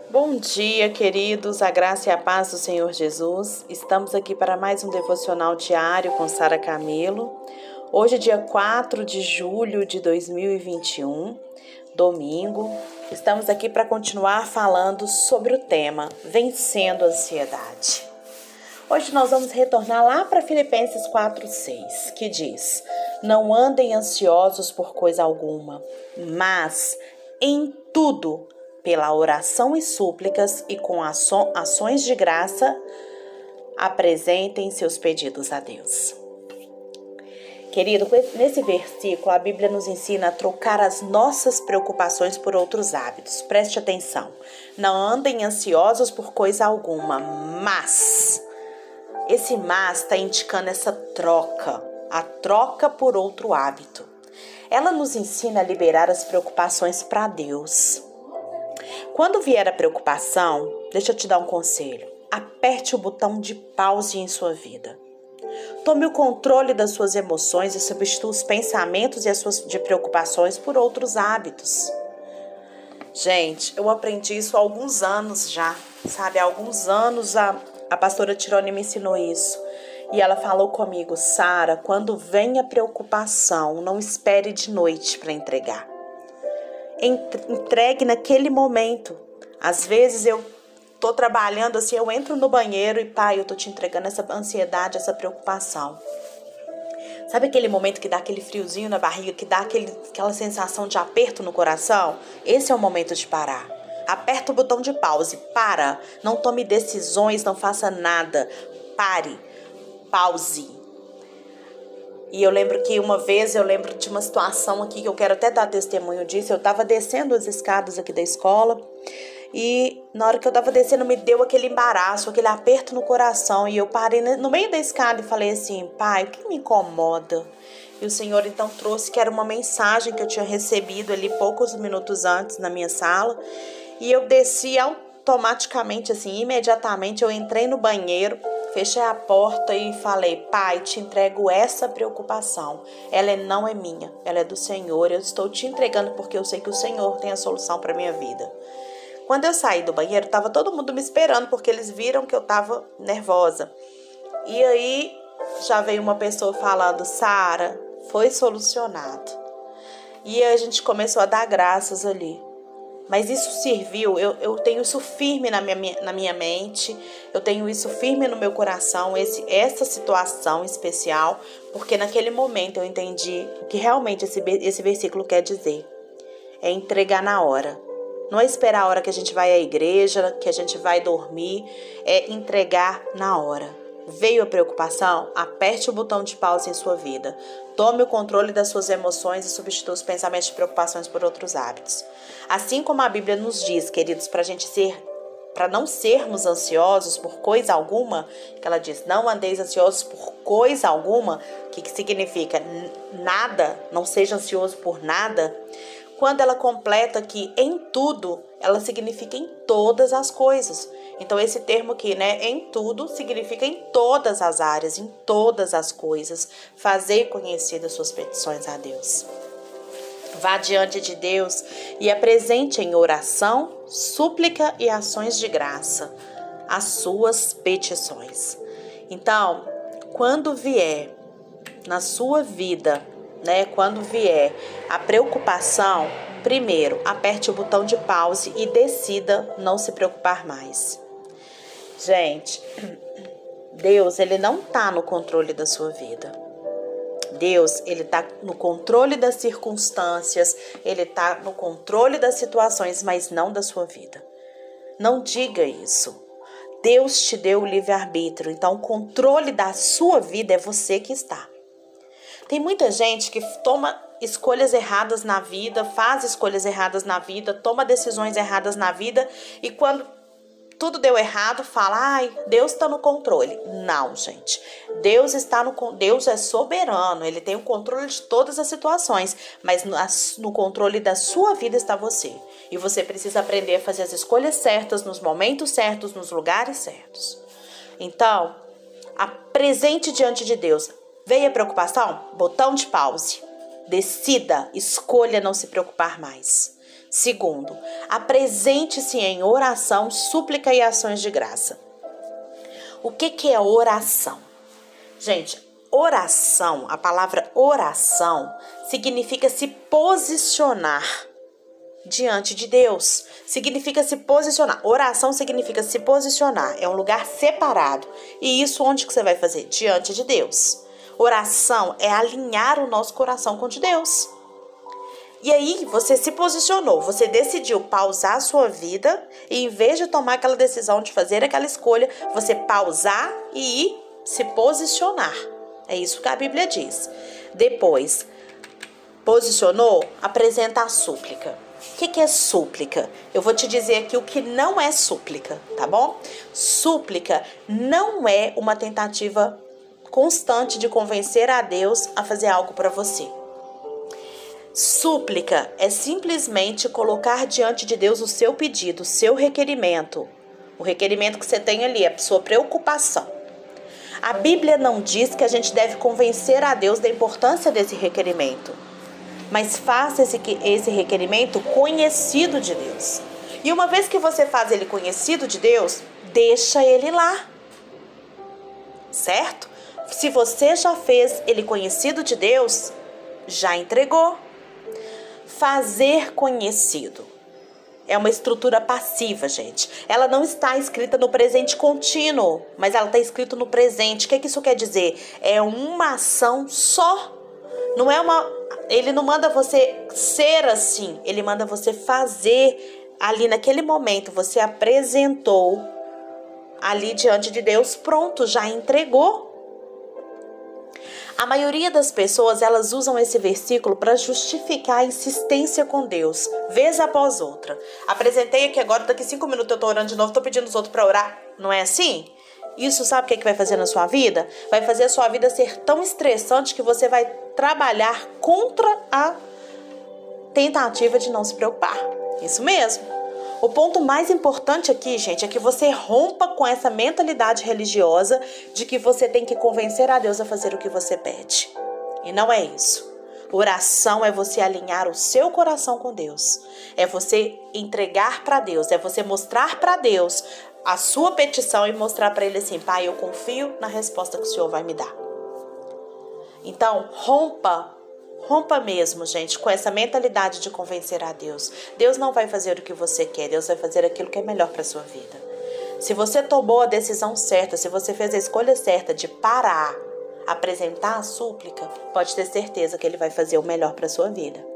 Bom dia, queridos, a graça e a paz do Senhor Jesus. Estamos aqui para mais um devocional diário com Sara Camilo. Hoje, dia 4 de julho de 2021, domingo. Estamos aqui para continuar falando sobre o tema Vencendo a Ansiedade. Hoje nós vamos retornar lá para Filipenses 4:6, que diz: Não andem ansiosos por coisa alguma, mas em tudo, pela oração e súplicas e com ações de graça, apresentem seus pedidos a Deus. Querido, nesse versículo a Bíblia nos ensina a trocar as nossas preocupações por outros hábitos. Preste atenção. Não andem ansiosos por coisa alguma, mas... Esse mas está indicando essa troca, a troca por outro hábito. Ela nos ensina a liberar as preocupações para Deus. Quando vier a preocupação, deixa eu te dar um conselho. Aperte o botão de pause em sua vida. Tome o controle das suas emoções e substitua os pensamentos e as suas preocupações por outros hábitos. Gente, eu aprendi isso há alguns anos já, sabe? Há alguns anos a pastora Tirone me ensinou isso. E ela falou comigo: Sara, quando vem a preocupação, não espere de noite para entregar. Entregue naquele momento. Às vezes eu tô trabalhando assim, eu entro no banheiro e pai, eu tô te entregando essa ansiedade, essa preocupação. Sabe aquele momento que dá aquele friozinho na barriga, que dá aquela sensação de aperto no coração? Esse é o momento de parar. Aperta o botão de pause, para, não tome decisões, não faça nada, pare, pause. E eu lembro que uma vez, de uma situação aqui, que eu quero até dar testemunho disso, eu estava descendo as escadas aqui da escola, e na hora que eu estava descendo me deu aquele embaraço, aquele aperto no coração, e eu parei no meio da escada e falei assim: pai, o que me incomoda? E o Senhor então trouxe que era uma mensagem que eu tinha recebido ali poucos minutos antes na minha sala, e eu desci automaticamente, assim, imediatamente eu entrei no banheiro, fechei a porta e falei: pai, te entrego essa preocupação. Ela não é minha, ela é do Senhor. Eu estou te entregando porque eu sei que o Senhor tem a solução para minha vida. Quando eu saí do banheiro, estava todo mundo me esperando, porque eles viram que eu estava nervosa. E aí já veio uma pessoa falando: Sara, foi solucionado. E a gente começou a dar graças ali. Mas isso serviu, eu tenho isso firme na minha mente, eu tenho isso firme no meu coração, essa situação especial, porque naquele momento eu entendi o que realmente esse versículo quer dizer. É entregar na hora. Não é esperar a hora que a gente vai à igreja, que a gente vai dormir, é entregar na hora. Veio a preocupação? Aperte o botão de pausa em sua vida. Tome o controle das suas emoções e substitua os pensamentos de preocupações por outros hábitos. Assim como a Bíblia nos diz, queridos, para não sermos ansiosos por coisa alguma, que ela diz: não andeis ansiosos por coisa alguma, que significa nada, não seja ansioso por nada. Quando ela completa que em tudo, ela significa em todas as coisas. Então esse termo aqui, né, em tudo, significa em todas as áreas, em todas as coisas. Fazer conhecidas suas petições a Deus. Vá diante de Deus e apresente em oração, súplica e ações de graça as suas petições. Então, quando vier na sua vida, quando vier a preocupação, primeiro, aperte o botão de pause e decida não se preocupar mais. Gente, Deus, ele não está no controle da sua vida. Deus, ele está no controle das circunstâncias, ele está no controle das situações, mas não da sua vida. Não diga isso. Deus te deu o livre-arbítrio, então o controle da sua vida é você que está. Tem muita gente que toma escolhas erradas na vida, faz escolhas erradas na vida, toma decisões erradas na vida e quando tudo deu errado, fala: ai, Deus está no controle. Não, gente. Deus é soberano, ele tem o controle de todas as situações, mas no controle da sua vida está você. E você precisa aprender a fazer as escolhas certas, nos momentos certos, nos lugares certos. Então, apresente diante de Deus. Veio a preocupação? Botão de pause. Decida, escolha não se preocupar mais. Segundo, apresente-se em oração, súplica e ações de graça. O que é oração? Gente, oração, a palavra oração significa se posicionar diante de Deus. Significa se posicionar. Oração significa se posicionar. É um lugar separado. E isso onde que você vai fazer? Diante de Deus. Oração é alinhar o nosso coração com o de Deus. E aí você se posicionou. Você decidiu pausar a sua vida. E em vez de tomar aquela decisão de fazer aquela escolha, você pausar e ir se posicionar. É isso que a Bíblia diz. Depois, posicionou, apresenta a súplica. O que é súplica? Eu vou te dizer aqui o que não é súplica, tá bom? Súplica não é uma tentativa constante de convencer a Deus a fazer algo para você. Súplica é simplesmente colocar diante de Deus o seu pedido, o seu requerimento. O requerimento que você tem ali, a sua preocupação. A Bíblia não diz que a gente deve convencer a Deus da importância desse requerimento. Mas faça esse requerimento conhecido de Deus. E uma vez que você faz ele conhecido de Deus, deixa ele lá. Certo? Se você já fez ele conhecido de Deus, já entregou. Fazer conhecido é uma estrutura passiva, gente. Ela não está escrita no presente contínuo, mas ela está escrita no presente. O que isso quer dizer? É uma ação só. Não é ele não manda você ser assim, ele manda você fazer ali naquele momento. Você apresentou ali diante de Deus, pronto, já entregou. A maioria das pessoas, elas usam esse versículo para justificar a insistência com Deus, vez após outra. Apresentei aqui agora, daqui 5 minutos eu tô orando de novo, tô pedindo os outros para orar. Não é assim? Isso sabe o que vai fazer na sua vida? Vai fazer a sua vida ser tão estressante que você vai trabalhar contra a tentativa de não se preocupar. Isso mesmo. O ponto mais importante aqui, gente, é que você rompa com essa mentalidade religiosa de que você tem que convencer a Deus a fazer o que você pede. E não é isso. Oração é você alinhar o seu coração com Deus. É você entregar para Deus. É você mostrar para Deus a sua petição e mostrar para Ele assim: Pai, eu confio na resposta que o Senhor vai me dar. Então, rompa mesmo, gente, com essa mentalidade de convencer a Deus. Deus não vai fazer o que você quer, Deus vai fazer aquilo que é melhor para sua vida. Se você tomou a decisão certa, se você fez a escolha certa de parar, apresentar a súplica, pode ter certeza que Ele vai fazer o melhor para sua vida.